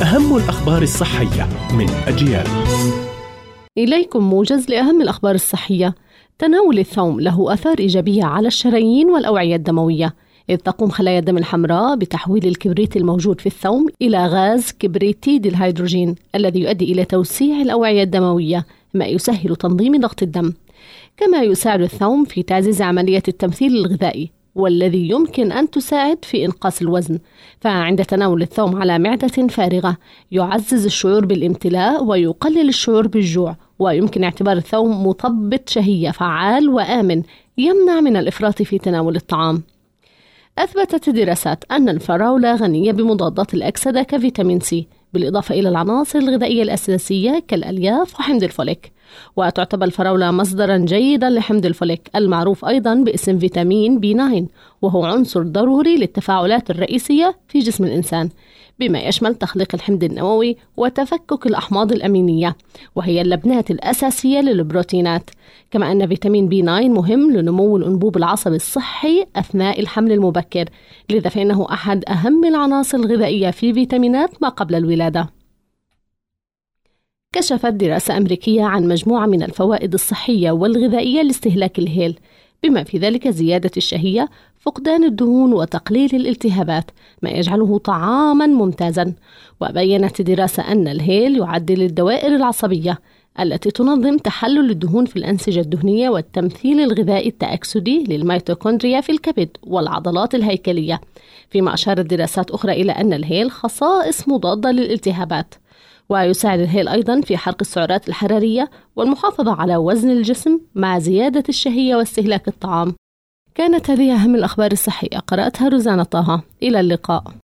أهم الأخبار الصحية من أجيال. إليكم موجز لأهم الأخبار الصحية. تناول الثوم له آثار إيجابية على الشرايين والأوعية الدموية، إذ تقوم خلايا الدم الحمراء بتحويل الكبريت الموجود في الثوم إلى غاز كبريتيد الهيدروجين الذي يؤدي إلى توسيع الأوعية الدموية، ما يسهل تنظيم ضغط الدم. كما يساعد الثوم في تعزيز عملية التمثيل الغذائي، والذي يمكن أن تساعد في إنقاص الوزن. فعند تناول الثوم على معدة فارغة يعزز الشعور بالامتلاء ويقلل الشعور بالجوع، ويمكن اعتبار الثوم مثبط شهية فعال وآمن يمنع من الإفراط في تناول الطعام. أثبتت دراسات أن الفراولة غنية بمضادات الأكسدة كفيتامين سي، بالإضافة إلى العناصر الغذائية الأساسية كالألياف وحمض الفوليك. وتعتبر الفراولة مصدرا جيدا لحمض الفوليك المعروف أيضا باسم فيتامين B9، وهو عنصر ضروري للتفاعلات الرئيسية في جسم الإنسان، بما يشمل تخليق الحمض النووي وتفكك الأحماض الأمينية، وهي اللبنات الأساسية للبروتينات. كما أن فيتامين B9 مهم لنمو الأنبوب العصبي الصحي أثناء الحمل المبكر، لذا فإنه أحد أهم العناصر الغذائية في فيتامينات ما قبل الولادة. كشفت دراسة أمريكية عن مجموعة من الفوائد الصحية والغذائية لاستهلاك الهيل، بما في ذلك زيادة الشهية، فقدان الدهون، وتقليل الالتهابات، ما يجعله طعاما ممتازا. وبينت الدراسة أن الهيل يعدل الدوائر العصبية التي تنظم تحلل الدهون في الأنسجة الدهنية والتمثيل الغذائي التأكسدي للميتوكوندريا في الكبد والعضلات الهيكلية. فيما أشارت دراسات أخرى إلى أن الهيل خصائص مضادة للالتهابات. ويساعد الهيل أيضا في حرق السعرات الحرارية والمحافظة على وزن الجسم مع زيادة الشهية واستهلاك الطعام. كانت هذه أهم الأخبار الصحية، قرأتها روزانا طه. إلى اللقاء.